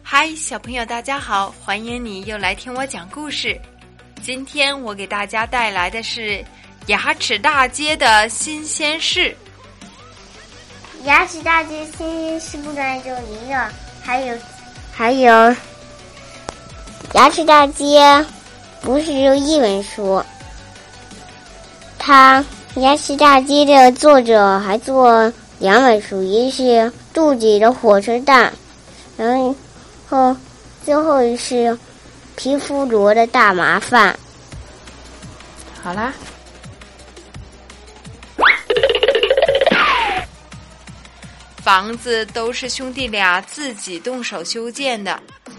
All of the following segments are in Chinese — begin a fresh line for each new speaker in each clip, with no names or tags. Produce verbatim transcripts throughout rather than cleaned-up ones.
嗨，小朋友大家好，欢迎你又来听我讲故事。今天我给大家带来的是牙齿大街的新鲜事。
牙齿大街新鲜事不单就一个，还有还有牙齿大街不是就一本书，他牙齿大街的作者还做两本书，一是肚子的火车蛋，然后最后是皮肤罗的大麻烦。
好啦，房子都是兄弟俩自己动手修建的。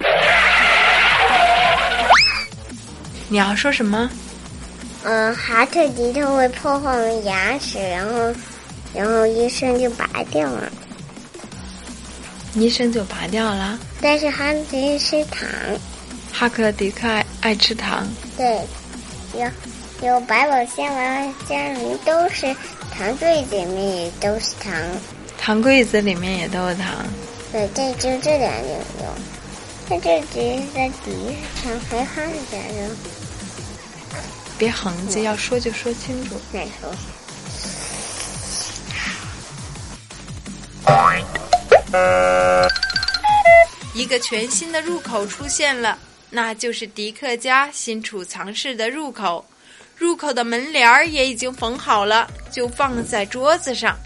你要说什么？
嗯，哈特迪特会破坏我们牙齿，然后然后医生就拔掉了。
医生就拔掉了。
但是哈特迪吃糖。
哈克迪克爱爱吃糖。
对，有有百宝箱娃家里面都是糖，柜子里面也都是糖。
糖柜子里面也都有糖。
对，这就这两种有。那这只是在底上，还哈特家的。
别横着，要说就说清楚。
再说。
一个全新的入口出现了，那就是迪克家新储藏室的入口。入口的门帘儿也已经缝好了，就放在桌子上。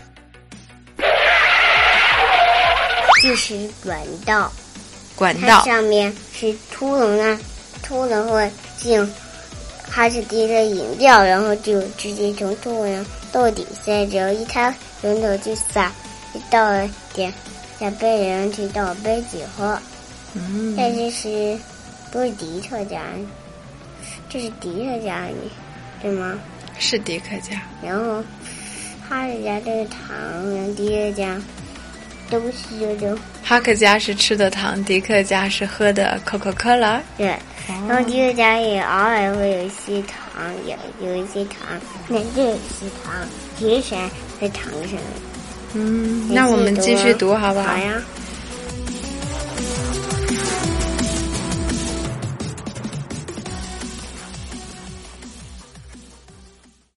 这是管道，
管道
它上面是秃龙啊，秃龙会进哈士迪的饮料，然后就直接从秃龙豆底下，只要一开龙头就洒，就倒了点下杯，然后去倒杯子喝。
嗯，
但这是不是迪特家？这是迪特家里，对吗？
是迪克家。
然后哈士家这个糖，然后迪特家都是这种。
哈克家是吃的糖，迪克家是喝的可口可乐。
对，然后迪克家也偶尔会有一些糖，有有一些糖，那这也是糖，其实在糖上。
嗯，那我们继续读好不好？
好呀。